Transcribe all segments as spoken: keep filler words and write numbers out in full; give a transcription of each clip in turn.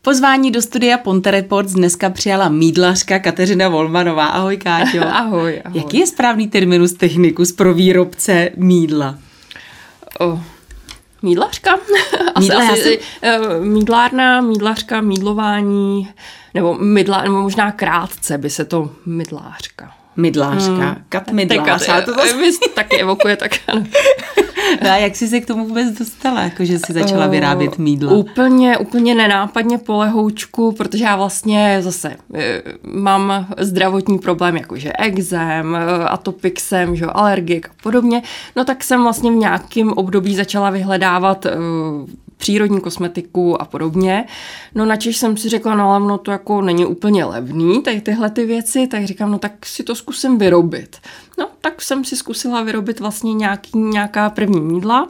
Pozvání do studia Ponte Reports dneska přijala mýdlařka Kateřina Volmanová. Ahoj, Káťo. Ahoj, ahoj. Jaký je správný terminus technicus pro výrobce mýdla? Oh. Mýdlařka? Asi, Mýdla, asi jsem... mýdlárna, mýdlařka, mýdlování, nebo, mydla, nebo možná krátce by se to mydlářka. Mydlářka, hmm. kat mydlář. Kat, to zase... taky evokuje, tak ano. No a jak jsi se k tomu vůbec dostala, jako že jsi začala vyrábět mýdla? Uh, úplně, úplně nenápadně po lehoučku, protože já vlastně zase uh, mám zdravotní problém, jakože exém, uh, atopixem, že, alergik a podobně. No tak jsem vlastně v nějakém období začala vyhledávat uh, přírodní kosmetiku a podobně. No načež jsem si řekla, no ale no to jako není úplně levný, tady tyhle ty věci, tak říkám, no tak si to zkusím vyrobit. No tak jsem si zkusila vyrobit vlastně nějaký, nějaká první mýdla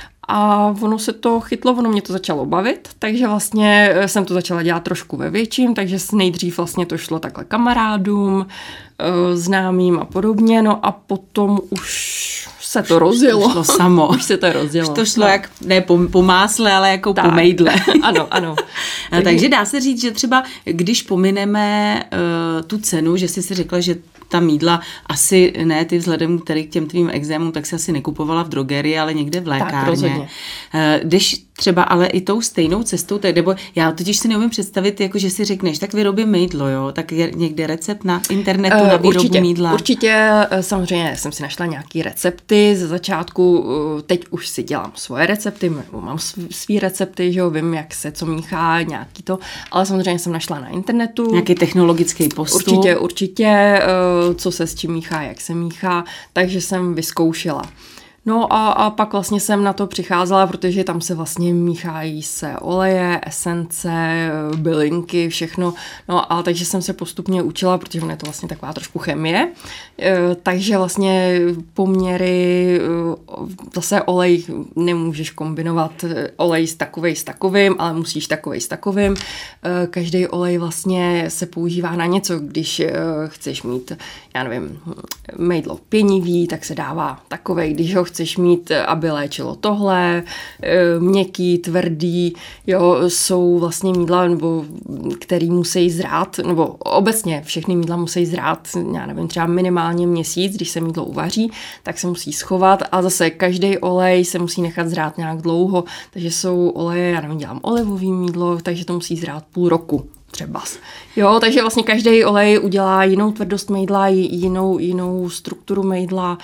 a ono se to chytlo, ono mě to začalo bavit, takže vlastně jsem to začala dělat trošku ve větším, takže nejdřív vlastně to šlo takhle kamarádům, známým a podobně, no a potom už se to rozjelo. To šlo samo. Už se to rozjelo. Už to šlo no. jak, ne po, po másle, ale jako tak. po mejdle. Ano, ano. Takže... takže dá se říct, že třeba když pomineme uh, tu cenu, že jsi si řekla, že ta mýdla asi ne, ty vzhledem tady k těm tvým exémům, tak se asi nekupovala v drogerii, ale někde v lékárně. Tak, rozhodně. Uh, když třeba ale i tou stejnou cestou, tak, nebo já totiž si neumím představit, jako že si řekneš, tak vyrobím mýdlo, jo, tak je někde recept na internetu uh, na výrobu určitě, mýdla. Určitě, samozřejmě jsem si našla nějaký recepty ze začátku, teď už si dělám svoje recepty, mám svý recepty, že jo, vím, jak se co míchá, nějaký to, ale samozřejmě jsem našla na internetu. Nějaký technologický postup. Určitě, určitě, co se s čím míchá, jak se míchá, takže jsem vyzkoušela. No a, a pak vlastně jsem na to přicházela, protože tam se vlastně míchají se oleje, esence, bylinky, všechno. No a takže jsem se postupně učila, protože ono je to vlastně taková trošku chemie. E, takže vlastně poměry, zase olej nemůžeš kombinovat olej s takovej s takovým, ale musíš takovej s takovým. E, každý olej vlastně se používá na něco, když e, chceš mít, já nevím, mejdlo pěnivý, tak se dává takovej, když ho chceš mít, aby léčilo tohle, měkký, tvrdý, jo, jsou vlastně mýdla, nebo který musí zrát, nebo obecně všechny mýdla musí zrát, já nevím, třeba minimálně měsíc, když se mýdlo uvaří, tak se musí schovat a zase každý olej se musí nechat zrát nějak dlouho, takže jsou oleje, já nevím, dělám olivový mýdlo, takže to musí zrát půl roku. Třeba. Jo, takže vlastně každý olej udělá jinou tvrdost mejdla, jinou, jinou strukturu mejdla,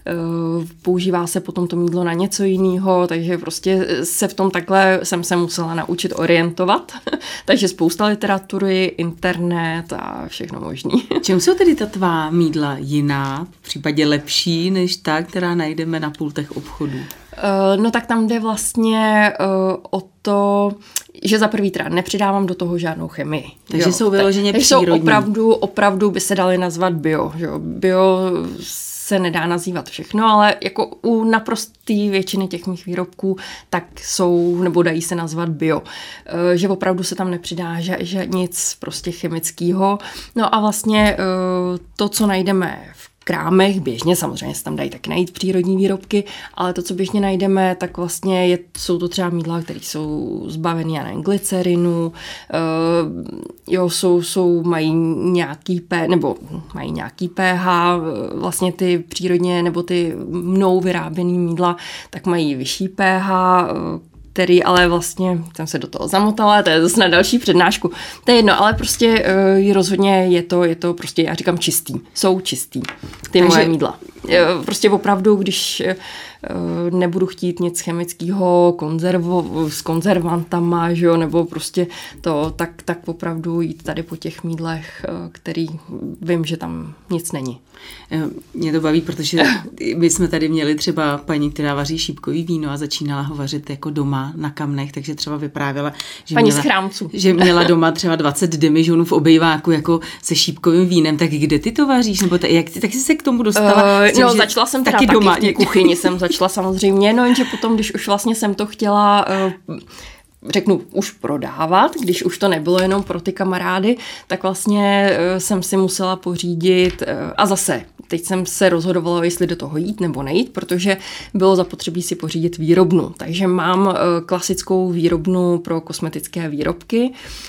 používá se potom to mýdlo na něco jiného, takže prostě se v tom takhle jsem se musela naučit orientovat. Takže spousta literatury, internet a všechno možný. Čím jsou tedy ta tvá mýdla jiná, v případě lepší než ta, která najdeme na pultech obchodů? Uh, no tak tam jde vlastně uh, o to, že za prvý teda nepřidávám do toho žádnou chemii. Takže jo, jsou vyloženě tak, přírodní. Jsou opravdu, opravdu by se daly nazvat bio. Že jo? Bio se nedá nazývat všechno, ale jako u naprosté většiny těch mých výrobků tak jsou, nebo dají se nazvat bio. Uh, že opravdu se tam nepřidá že, že nic prostě chemického. No a vlastně uh, to, co najdeme v krámech, běžně, samozřejmě se tam dají taky najít přírodní výrobky, ale to, co běžně najdeme, tak vlastně je, jsou to třeba mýdla, které jsou zbavený, já nevím, glycerinu, uh, jo, jsou, jsou, mají nějaký P, nebo mají nějaký pH, vlastně ty přírodně, nebo ty mnou vyráběný mýdla, tak mají vyšší pH, který ale vlastně, jsem se do toho zamotala, to je zase na další přednášku. To je jedno, ale prostě uh, rozhodně je to, je to prostě, já říkám čistý. Jsou čistý, ty Takže... moje mýdla. Uh, prostě opravdu, když uh, nebudu chtít nic chemického konzervo, s konzervantama, že jo, nebo prostě to, tak, tak opravdu jít tady po těch mýdlech, uh, který vím, že tam nic není. Mě to baví, protože my jsme tady měli třeba paní, která vaří šípkový víno a začínala ho vařit jako doma na kamnech, takže třeba vyprávěla, že, paní měla, že měla doma třeba dvacet demižonů v obejváku jako se šípkovým vínem, tak kde ty to vaříš? Nebo t- jak ty, tak jsi se k tomu dostala? Uh, Jsem, no, začala jsem teda taky doma v té kuchyni, jsem začala samozřejmě, no jenže potom, když už vlastně jsem to chtěla uh, řeknu, už prodávat, když už to nebylo jenom pro ty kamarády, tak vlastně jsem si musela pořídit a zase teď jsem se rozhodovala, jestli do toho jít nebo nejít, protože bylo zapotřebí si pořídit výrobnu. Takže mám klasickou výrobnu pro kosmetické výrobky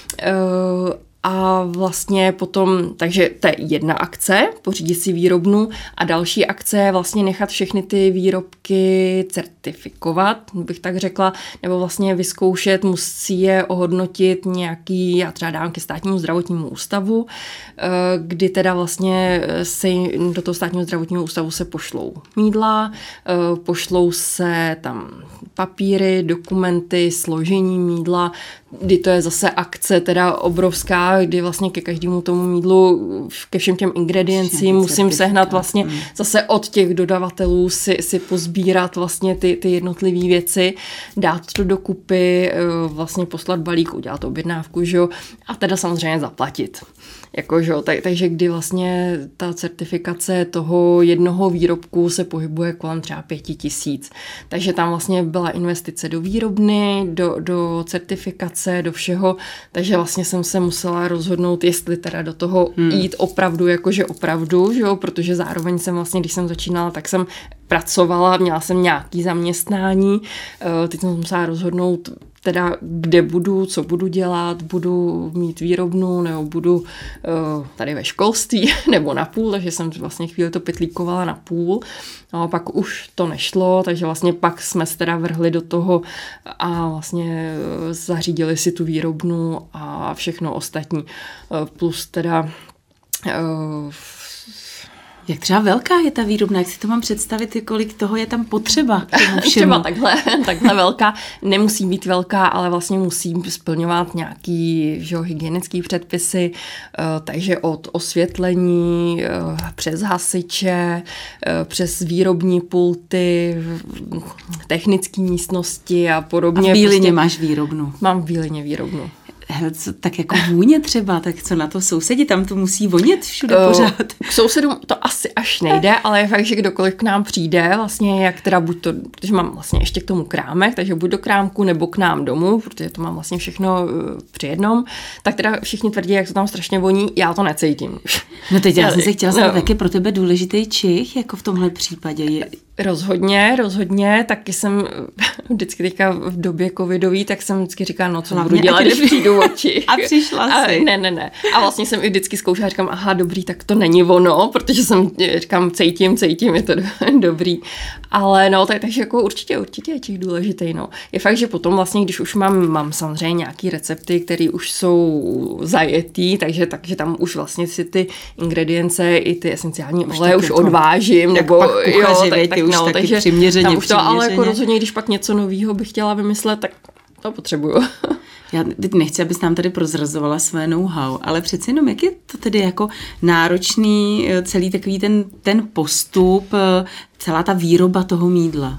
a vlastně potom, takže to je jedna akce, pořídit si výrobnu a další akce je vlastně nechat všechny ty výrobky certifikovat, bych tak řekla, nebo vlastně vyzkoušet, musí je ohodnotit nějaký, já třeba dám ke státnímu zdravotnímu ústavu, kdy teda vlastně se do toho státního zdravotního ústavu se pošlou mýdla, pošlou se tam papíry, dokumenty, složení mýdla, kdy to je zase akce teda obrovská, kdy vlastně ke každému tomu mýdlu, ke všem těm ingrediencím musím sehnat vlastně hmm. zase od těch dodavatelů si, si pozbírat vlastně ty, ty jednotlivé věci, dát to dokupy, vlastně poslat balík, udělat objednávku, že jo, a teda samozřejmě zaplatit. Jako, že jo, tak, takže kdy vlastně ta certifikace toho jednoho výrobku se pohybuje kolem třeba pěti tisíc. Takže tam vlastně byla investice do výrobny, do, do certifikace, do všeho, takže vlastně jsem se musela rozhodnout, jestli teda do toho hmm. jít opravdu, jakože opravdu, že jo, protože zároveň jsem vlastně, když jsem začínala, tak jsem pracovala, měla jsem nějaký zaměstnání, teď jsem musela rozhodnout, teda kde budu, co budu dělat, budu mít výrobnu, nebo budu uh, tady ve školství, nebo na půl, takže jsem vlastně chvíli to pytlíkovala na půl. No a pak už to nešlo, takže vlastně pak jsme se teda vrhli do toho a vlastně zařídili si tu výrobnu a všechno ostatní. Uh, plus teda uh, jak třeba velká je ta výrobna, jak si to mám představit, kolik toho je tam potřeba? Třeba takhle, takhle velká. Nemusí být velká, ale vlastně musí splňovat nějaký že, hygienický předpisy, takže od osvětlení přes hasiče, přes výrobní pulty, technické místnosti a podobně. A v Bílině prostě máš výrobnu? Mám v Bílině výrobnu. Hele, co, tak jako vůně třeba, tak co na to sousedi, tam to musí vonět všude uh, pořád. K sousedům to asi až nejde, ale je fakt, že kdokoliv k nám přijde, vlastně jak teda buď to, protože mám vlastně ještě k tomu krámek, takže buď do krámku nebo k nám domů, protože to mám vlastně všechno uh, při jednom, tak teda všichni tvrdí, jak to tam strašně voní, já to necítím. No teď já jsem se chtěla zeptat, no. Jak je pro tebe důležitý čich, jako v tomhle případě je... Rozhodně, rozhodně, taky jsem vždycky teďka v době covidový, tak jsem vždycky říkala, no co Hlavně, budu dělat, když přijdu oči. A přišla a, si. Ne, ne, ne. A vlastně jsem i vždycky zkoušela, říkám, aha, dobrý, tak to není ono, protože jsem, říkám, cítím, cítím, je to dobrý. Ale no, tak, takže jako určitě, určitě je těch důležitý, no. Je fakt, že potom vlastně, když už mám, mám samozřejmě nějaký recepty, které už jsou zajetý, takže, takže tam už vlastně si ty ingredience i ty esenciální oleje už odvážím, nebo jo, tak, tak, už no, taky takže přiměřeně, tam už to, přiměřeně. Ale jako rozhodně, když pak něco novýho bych chtěla vymyslet, tak to potřebuju. Já teď nechci, abys nám tady prozrazovala své know-how, ale přeci jenom, jak je to tedy jako náročný celý takový ten, ten postup, celá ta výroba toho mýdla?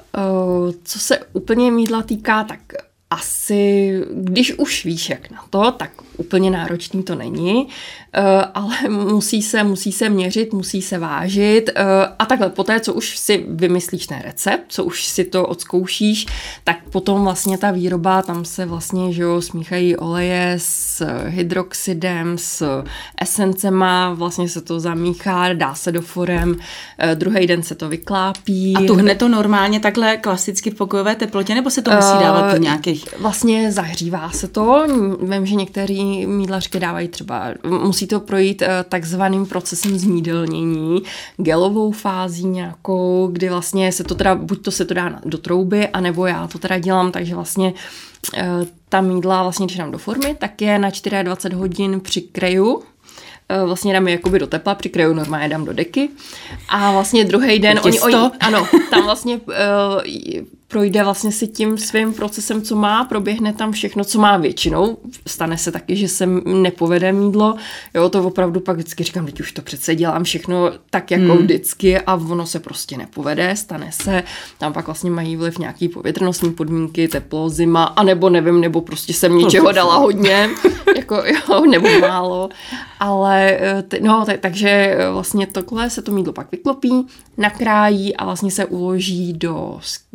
Co se úplně mýdla týká, tak asi, když už víš jak na to, tak úplně náročný to není, ale musí se, musí se měřit, musí se vážit a takhle poté, co už si vymyslíš ten recept, co už si to odzkoušíš, tak potom vlastně ta výroba, tam se vlastně, že jo, smíchají oleje s hydroxidem, s esencema, vlastně se to zamíchá, dá se do forem, druhý den se to vyklápí. A tuhne to normálně takhle klasicky v pokojové teplotě, nebo se to musí dávat do nějakých? Vlastně zahřívá se to, vím, že některý mýdlařky dávají třeba, musí to projít takzvaným procesem zmídelnění, gelovou fází nějakou, kdy vlastně se to teda, buď to se to dá do trouby, anebo já to teda dělám, takže vlastně ta mýdla vlastně, když dám do formy, tak je na dvacet čtyři hodin přikryju, vlastně dám je jakoby do tepla, přikryju normálně, dám do deky a vlastně druhý den, oni, oni, ano, tam vlastně uh, projde vlastně si tím svým procesem, co má, proběhne tam všechno, co má většinou. Stane se taky, že se nepovede mýdlo, jo, to opravdu pak vždycky říkám, teď už to přece dělám všechno tak jako hmm. vždycky a ono se prostě nepovede, stane se, tam pak vlastně mají vliv nějaký povětrnostní podmínky, teplo, zima, anebo nevím, nebo prostě jsem něčeho dala hodně, jako jo, nebo málo, ale no, tak, takže vlastně takhle se to mýdlo pak vyklopí, nakrájí a vlastně se uloží do, mám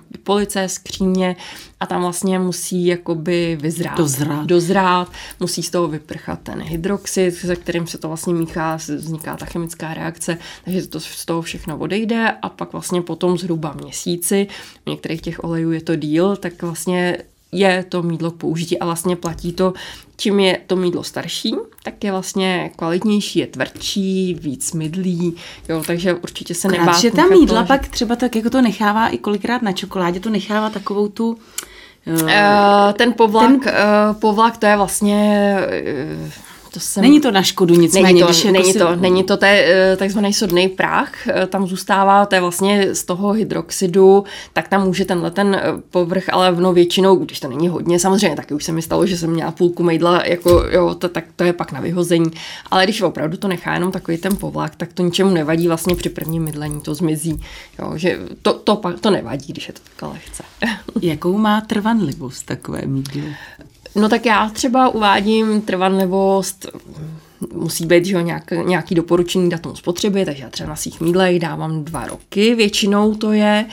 police, skříně a tam vlastně musí jakoby vyzrát. Dozrát. Dozrát, musí z toho vyprchat ten hydroxid, se kterým se to vlastně míchá, vzniká ta chemická reakce, takže to z toho všechno odejde a pak vlastně potom zhruba měsíci, u některých těch olejů je to díl, tak vlastně je to mýdlo k použití a vlastně platí to, čím je to mýdlo starší, tak je vlastně kvalitnější, je tvrdší, víc mydlí, jo, takže určitě se nebát. Že ta mýdla pak třeba tak, jako to nechává i kolikrát na čokoládě, to nechává takovou tu... Uh, ten povlak, ten... Uh, povlak, to je vlastně... Uh, To jsem... Není to na škodu nicméně. Není to, když jako není si... to, není to té, takzvaný sodný prach, tam zůstává, to je vlastně z toho hydroxidu, tak tam může tenhle ten povrch, ale no většinou, když to není hodně, samozřejmě taky už se mi stalo, že jsem měla půlku mejdla, jako jo, to, tak to je pak na vyhození, ale když opravdu to nechá jenom takový ten povlak, tak to ničemu nevadí, vlastně při prvním mydlení to zmizí, jo, že to, to, to, to nevadí, když je to takhle lehce. Jakou má trvanlivost takové mýdlo? No tak já třeba uvádím trvanlivost, musí být že, nějak, nějaký doporučený datum spotřeby, takže já třeba na svých mýdlech dávám dva roky, většinou to je,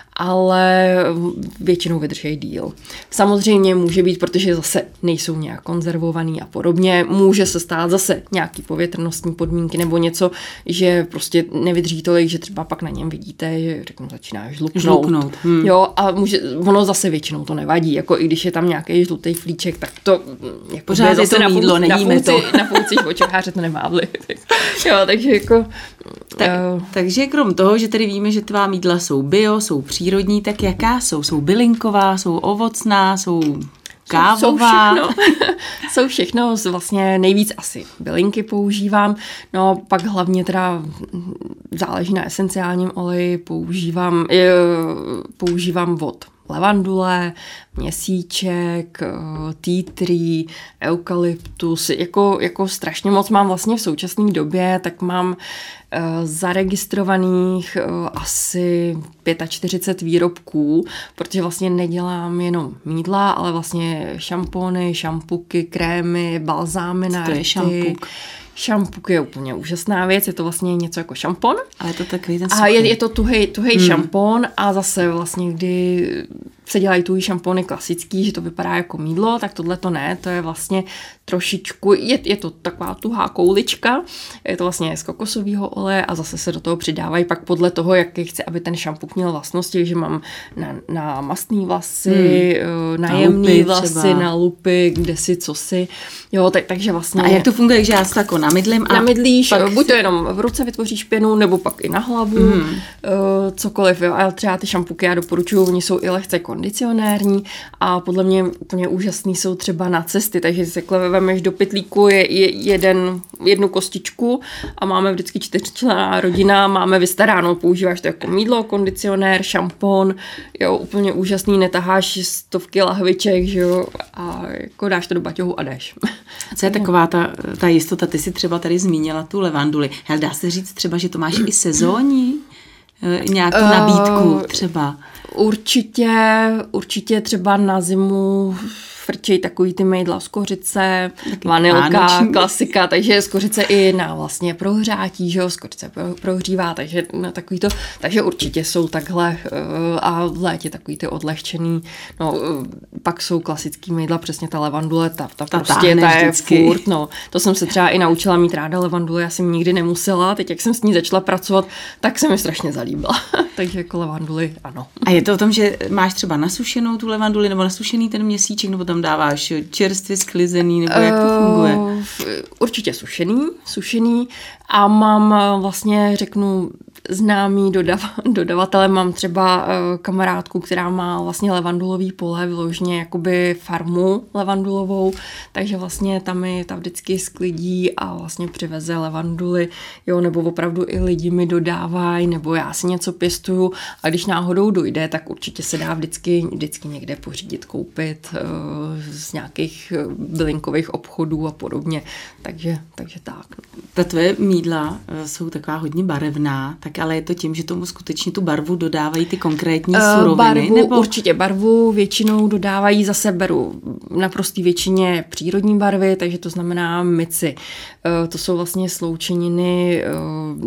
ale většinou vydrží díl. Samozřejmě může být, protože zase nejsou nějak konzervovaný a podobně, může se stát zase nějaký povětrnostní podmínky nebo něco, že prostě nevydrží tolik, že třeba pak na něm vidíte, že řeknu, začíná žluknout. žluknout. Hmm. Jo, a může, ono zase většinou to nevadí, jako i když je tam nějaký žlutý flíček, tak to jako pořád je to mýdlo, nejíme to. Na půlcích očekáře to nemá vliv. Jo, takže jako... Tak, uh, takže krom toho, že tady víme, že tvá mýdla jsou bio, jsou přírodní, tak jaká jsou? Jsou bylinková, jsou ovocná, jsou kávová? Jsou všechno. Jsou všechno, vlastně nejvíc asi bylinky používám, no pak hlavně teda záleží na esenciálním oleji, používám, používám vod. Levandule, měsíček, tea tree, eukalyptus, jako, jako strašně moc mám vlastně v současné době, tak mám uh, zaregistrovaných uh, asi čtyřicet pět výrobků, protože vlastně nedělám jenom mýdla, ale vlastně šampony, šampuky, krémy, balzámy na rty. To je šampuk. Šampuk je úplně úžasná věc, je to vlastně něco jako šampon. Ale je to takový ten suchý. A je, je to tuhej, tuhej hmm. šampon a zase vlastně, kdy se dělají tuhý šampony klasický, že to vypadá jako mýdlo, tak tohle to ne, to je vlastně trošičku, je, je to taková tuhá koulička, je to vlastně z kokosového oleje a zase se do toho přidávají pak podle toho, jaký chci, aby ten šampuk měl vlastnosti, že mám na, na mastný vlasy, hmm. na jemný vlasy, třeba. Na lupy, kde si, co si, jo, tak, takže vlastně... A jak to funguje, že já se tako namydlím a... Namydlíš, pak buď to jenom v ruce vytvoříš pěnu, nebo pak i na hlavu, hmm. uh, cokoliv, jo, a třeba ty šampuky já doporučuju, oni jsou i lehce kondicionérní a podle mě úplně úžasný jsou třeba na cesty, takže si takhle vemeš do pytlíku je, je jeden, jednu kostičku a máme vždycky čtyřčlenná rodina, máme vystaráno, používáš to jako mýdlo, kondicionér, šampon, jo, úplně úžasný, netaháš stovky lahviček, že jo, a jako dáš to do baťohu a jdeš. Co je taková ta, ta jistota, ty si třeba tady zmínila tu levanduli, hele, dá se říct třeba, že to máš i sezónní nějakou nabídku třeba? Určitě, určitě třeba na zimu frčej takový ty mejdla z kořice, taky vanilka, vánoční. Klasika, takže z kořice i na vlastně prohřátí, že jo, z kořice prohřívá, takže na takový to, takže určitě jsou takhle a v létě takový ty odlehčený, no pak jsou klasický mejdla, přesně ta levandule, ta, ta, ta prostě ta je vždycky. Furt, no, to jsem se třeba i naučila mít ráda levandule, já jsem nikdy nemusela, teď jak jsem s ní začala pracovat, tak se mi strašně zalíbila, takže jako levanduly, ano. A je to o tom, že máš třeba nasušenou tu levanduli, nebo nasušený ten měsíček, nebo tam dáváš čerstvě sklizený, nebo jak to funguje? Uh, určitě sušený, sušený a mám vlastně, řeknu, známý dodav, dodavatele, mám třeba uh, kamarádku, která má vlastně levandulový pole, vyloženě jakoby farmu levandulovou, takže vlastně tam mi ta vždycky sklidí a vlastně přiveze levanduly, jo, nebo opravdu i lidi mi dodávají, nebo já si něco pěstuju a když náhodou dojde, tak určitě se dá vždycky, vždycky někde pořídit, koupit uh, z nějakých bylinkových obchodů a podobně, takže, takže tak. Ta tvoje mýdla jsou taková hodně barevná, tak ale je to tím, že tomu skutečně tu barvu dodávají ty konkrétní uh, suroviny? Barvu, nebo? Určitě barvu většinou dodávají, zase beru naprostý většině přírodní barvy, takže to znamená myci. Uh, to jsou vlastně sloučeniny uh,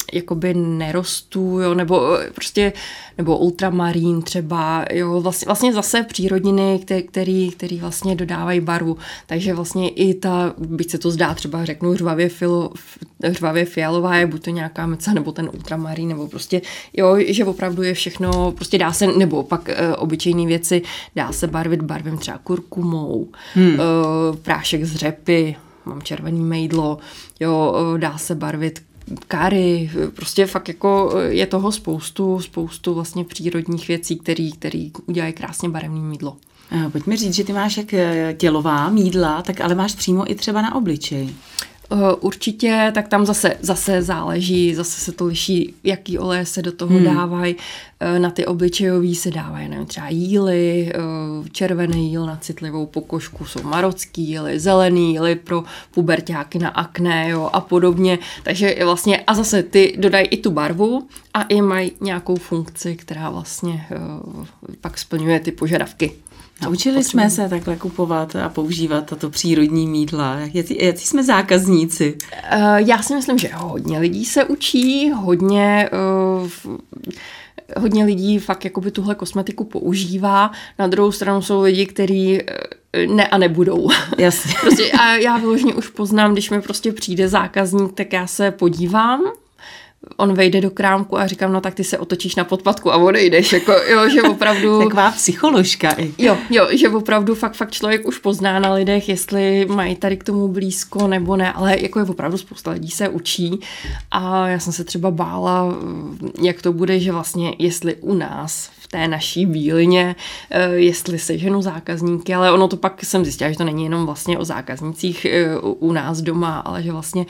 jakoby nerostů, jo, nebo prostě, nebo ultramarín třeba, jo, vlastně, vlastně zase přírodniny, který, který vlastně dodávají barvu, takže vlastně i ta, byť se to zdá třeba řeknu řvavě, filo, řvavě fialová je buď to nějaká meca, nebo ten ultramarín, nebo prostě, jo, že opravdu je všechno, prostě dá se, nebo pak e, obyčejné věci, dá se barvit barvem třeba kurkumou, hmm. e, prášek z řepy, mám červený mejdlo, jo, dá se barvit kary, prostě fakt jako je toho spoustu, spoustu vlastně přírodních věcí, který, který udělají krásně barevný mýdlo. Pojďme říct, že ty máš jak tělová mýdla, tak ale máš přímo i třeba na obličeji. Určitě, tak tam zase, zase záleží, zase se to liší, jaký oleje se do toho hmm. dávají. Na ty obličejový se dávají, nevím, třeba jíly, červený jíl na citlivou pokožku, jsou marocký jíly, zelený jíly pro puberťáky na akné, jo, a podobně. Takže vlastně, a zase ty dodají i tu barvu a i mají nějakou funkci, která vlastně pak splňuje ty požadavky. Naučili jsme se takhle kupovat a používat tato přírodní mýdla. Jaký, jaký jsme zákazníci? Uh, já si myslím, že hodně lidí se učí, hodně... Uh, hodně lidí fakt jakoby tuhle kosmetiku používá. Na druhou stranu jsou lidi, kteří ne a nebudou. Jasně. Prostě a já vyloženě už poznám, když mi prostě přijde zákazník, tak já se podívám, on vejde do krámku a říkám, no tak ty se otočíš na podpatku a odejdeš, jako jo, že opravdu... Taková psycholožka i. Jo, jo, že opravdu fakt, fakt člověk už pozná na lidech, jestli mají tady k tomu blízko nebo ne, ale jako je opravdu spousta lidí se učí a já jsem se třeba bála, jak to bude, že vlastně jestli u nás v té naší bílině, jestli seženu zákazníky, ale ono to pak jsem zjistila, že to není jenom vlastně o zákaznících u nás doma, ale že vlastně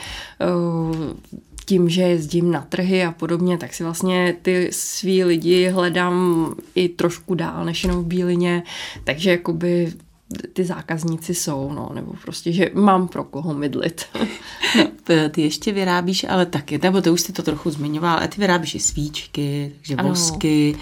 tím, že jezdím na trhy a podobně, tak si vlastně ty svý lidi hledám i trošku dál než jenom v Bílině, takže jakoby ty zákazníci jsou, no, nebo prostě, že mám pro koho mydlit. No, ty ještě vyrábíš, ale taky, nebo to už jsi to trochu zmiňoval, ale ty vyrábíš i svíčky, takže ano. Vosky,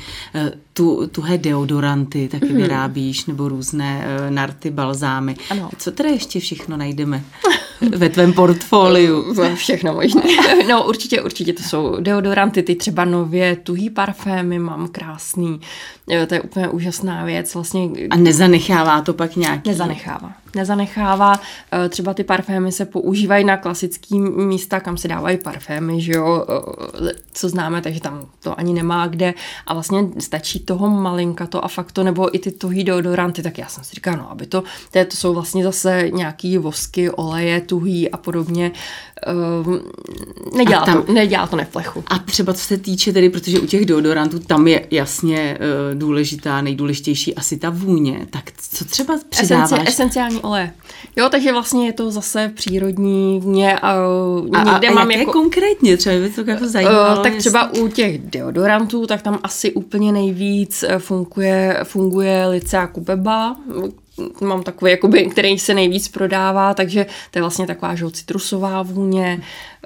tu, tuhé deodoranty taky mm. vyrábíš, nebo různé narty, balzámy. Ano. Co teda ještě všechno najdeme ve tvém portfoliu? Všechno možné. No určitě, určitě to jsou deodoranty, ty třeba nově tuhý parfémy mám krásný, to je úplně úžasná věc. Vlastně. A nezanechává to pak nějaký? Nezanechává. Nezanechává. Třeba ty parfémy se používají na klasický místa, kam se dávají parfémy, že jo, co známe, takže tam to ani nemá kde. A vlastně stačí toho malinka to a fakt to, nebo i ty tuhý deodoranty, tak já jsem si říkala, no, aby to, to, to jsou vlastně zase nějaký vosky, oleje, tuhý a podobně. Um, nedělá, a tam, to, nedělá to neplechu. A třeba co se týče tedy, protože u těch deodorantů tam je jasně uh, důležitá, nejdůležitější asi ta vůně, tak co třeba přidáváš? Esenci, esenciální oleje. Jo, takže vlastně je to zase přírodní vůně. A, a, a, a mám jaké jako, konkrétně? Třeba by to jako zajímalo. Uh, tak třeba u těch deodorantů, tak tam asi úplně nejvíc funguje, funguje Lycea Kubeba. Mám takový, jakoby, který se nejvíc prodává, takže to je vlastně taková, že citrusová vůně.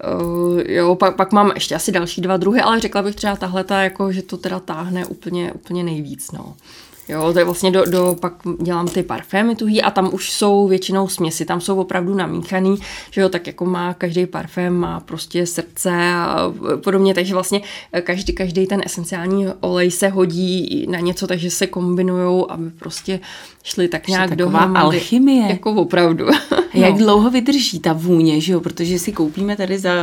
Uh, jo, pak, pak mám ještě asi další dva druhy, ale řekla bych třeba tahleta, jako, že to teda táhne úplně, úplně nejvíc, no. Jo, to je vlastně do, do, pak dělám ty parfémy tuhý a tam už jsou většinou směsi, tam jsou opravdu namíchaný, že jo, tak jako má každý parfém, má prostě srdce a podobně, takže vlastně každý, každý ten esenciální olej se hodí na něco, takže se kombinujou, aby prostě šli tak nějak dohromady. Alchymie. Jako opravdu. Jak no. dlouho vydrží ta vůně, že jo, protože si koupíme tady za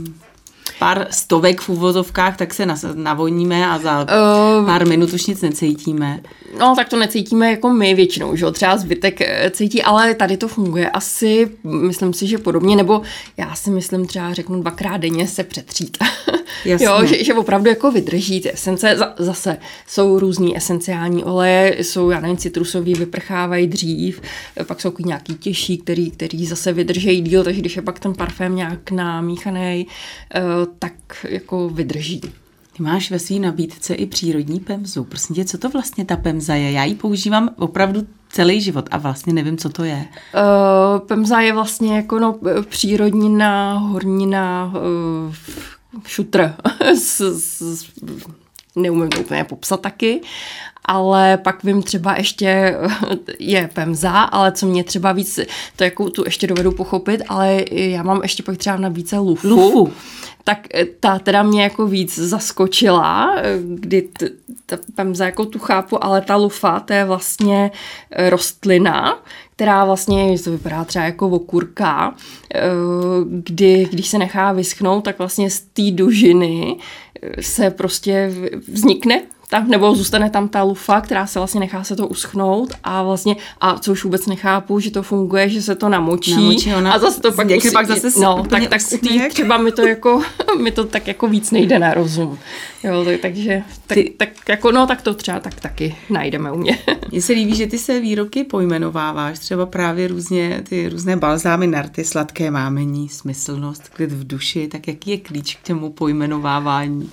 pár stovek v uvozovkách, tak se navodníme a za uh, pár minut už nic necítíme. No, tak to necítíme jako my většinou, že jo, třeba zbytek cítí, ale tady to funguje asi, myslím si, že podobně, nebo já si myslím třeba řeknu dvakrát denně se přetřít. Jasně. Jo, že, že opravdu jako vydrží ty esence. Zase jsou různý esenciální oleje, jsou, já nevím, citrusový, vyprchávají dřív, pak jsou nějaký těžší, který, který zase vydržejí díl, takže když je pak ten parfém nějak namíchaný, tak jako vydrží. Ty máš ve své nabídce i přírodní pemzu. Prosím tě, co to vlastně ta pemza je? Já ji používám opravdu celý život a vlastně nevím, co to je. Uh, pemza je vlastně jako no, přírodnina, hornina, uh, šutr. s, s, neumím to úplně popsat taky, ale pak vím třeba ještě je pemza, ale co mě třeba víc, to jako tu ještě dovedu pochopit, ale já mám ještě pak třeba na více lufu. Lufu. tak ta teda mě jako víc zaskočila, kdy t, ta pemza jako tu chápu, ale ta lufa, to je vlastně rostlina, která vlastně, to vypadá třeba jako okurka, kdy, když se nechá vyschnout, tak vlastně z té dužiny se prostě vznikne tam, nebo zůstane tam ta lufa, která se vlastně nechá se to uschnout a vlastně, a co už vůbec nechápu, že to funguje, že se to namočí, namočí ona, a zase to pak musí, pak zase no, tak, tak u tý, třeba mi to jako, mi to tak jako víc nejde na rozum. Jo, tak, takže, tak, ty, tak jako, no tak to třeba tak taky najdeme u mě. Mně se líbí, že ty se výroky pojmenováváš, třeba právě různě, ty různé balzámy na rty, sladké mámení, smyslnost, klid v duši, tak jaký je klíč k těmu pojmenovávání?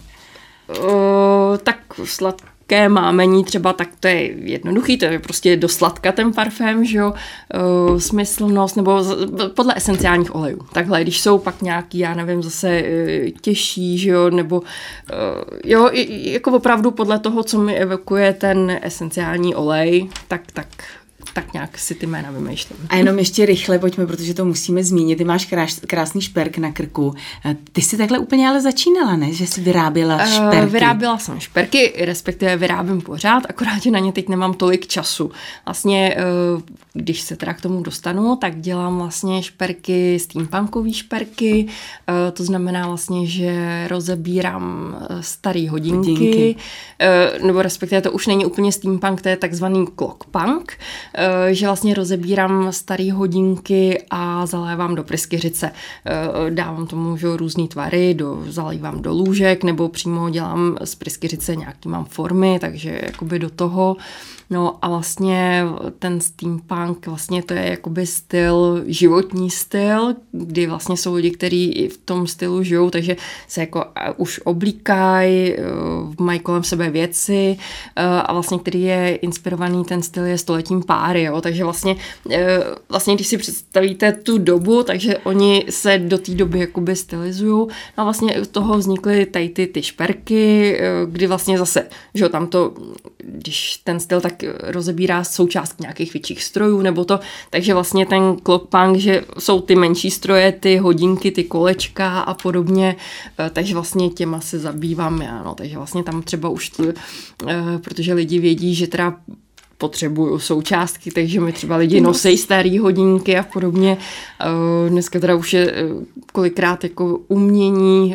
Uh, tak sladké mámení třeba, tak to je jednoduchý, to je prostě do sladka ten parfém, že jo, uh, smyslnost, nebo z, podle esenciálních olejů. Takhle, když jsou pak nějaký, já nevím, zase uh, těžší, že jo, nebo uh, jo, jako opravdu podle toho, co mi evokuje ten esenciální olej, tak, tak tak nějak si ty jména vymýšlím. A jenom ještě rychle pojďme, protože to musíme zmínit. Ty máš krás, krásný šperk na krku. Ty jsi takhle úplně ale začínala, ne? Že jsi vyráběla šperky. Uh, vyráběla jsem šperky, respektive vyrábím pořád, akorát, že na ně teď nemám tolik času. Vlastně, uh, když se teda k tomu dostanu, tak dělám vlastně šperky, steampunkové šperky, uh, to znamená vlastně, že rozebírám staré hodinky, hodinky. Uh, nebo respektive to už není úplně steampunk, to je takzvaný clockpunk, že vlastně rozebírám staré hodinky a zalévám do pryskyřice. Dávám tomu že různý tvary, do, zalívám do lůžek, nebo přímo dělám z pryskyřice nějaký mám formy, takže jakoby do toho. No a vlastně ten steampunk, vlastně to je jakoby styl, životní styl, kdy vlastně jsou lidi, kteří v tom stylu žijou, takže se jako už oblíkají, mají kolem sebe věci a vlastně který je inspirovaný, ten styl je stoletím páry, jo, takže vlastně, vlastně když si představíte tu dobu, takže oni se do té doby jakoby stylizují a vlastně z toho vznikly tady ty, ty šperky, kdy vlastně zase, že jo, tam to, když ten styl tak rozebírá součástky nějakých větších strojů nebo to, takže vlastně ten clockpunk, že jsou ty menší stroje, ty hodinky, ty kolečka a podobně, takže vlastně těma se zabývám já, no, takže vlastně tam třeba už, to, protože lidi vědí, že teda potřebuju součástky, takže mi třeba lidi nosí staré hodinky a podobně. Dneska teda už je kolikrát jako umění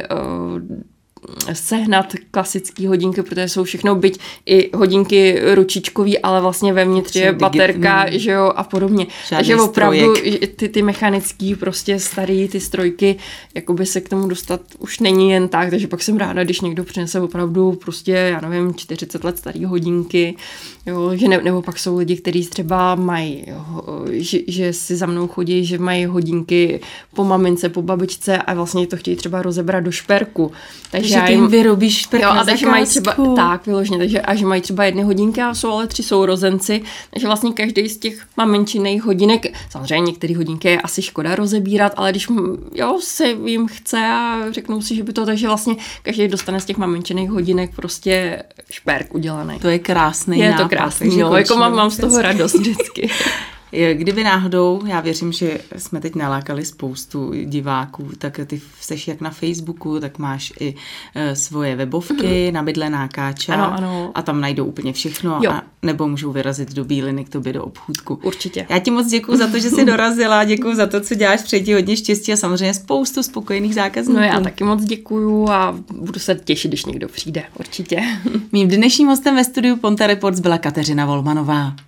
sehnat klasické hodinky, protože jsou všechno, byť i hodinky ručičkový, ale vlastně vevnitř je baterka, že jo, a podobně. Žádný Takže opravdu strojek. ty, ty mechanický, prostě starý, ty strojky, jakoby se k tomu dostat už není jen tak, takže pak jsem ráda, když někdo přinese opravdu prostě, já nevím, čtyřicet let starý hodinky, jo, že ne, nebo pak jsou lidi, kteří třeba mají, jo, že, že si za mnou chodí, že mají hodinky po mamince, po babičce a vlastně to chtějí třeba rozebrat do šperku. Takže že ty jim vyrobíš šperk jo, na a takže mají třeba, tak vyloženě, takže a že mají třeba jedny hodinky a jsou ale tři sourozenci, takže vlastně každý z těch má menšiných hodinek, samozřejmě některé hodinky je asi škoda rozebírat, ale když jo, se jim chce a řeknou si, že by to, takže vlastně každý dostane z těch menšiných hodinek prostě šperk udělaný. To je krásný Je nápad, to krásný, no, jako mám, mám z toho radost vždycky. Kdyby náhodou, já věřím, že jsme teď nalákali spoustu diváků, tak ty seš jak na Facebooku, tak máš i e, svoje webovky, Nabydlená Káča, ano, ano. A tam najdou úplně všechno, a nebo můžou vyrazit do Bíliny k tobě do obchůdku. Určitě. Já ti moc děkuju za to, že jsi dorazila, děkuju za to, co děláš, přeji ti hodně štěstí a samozřejmě spoustu spokojených zákazníků. No já taky moc děkuju a budu se těšit, když někdo přijde, určitě. Mým dnešním hostem ve studiu Ponte Reports byla Kateřina Volmanová.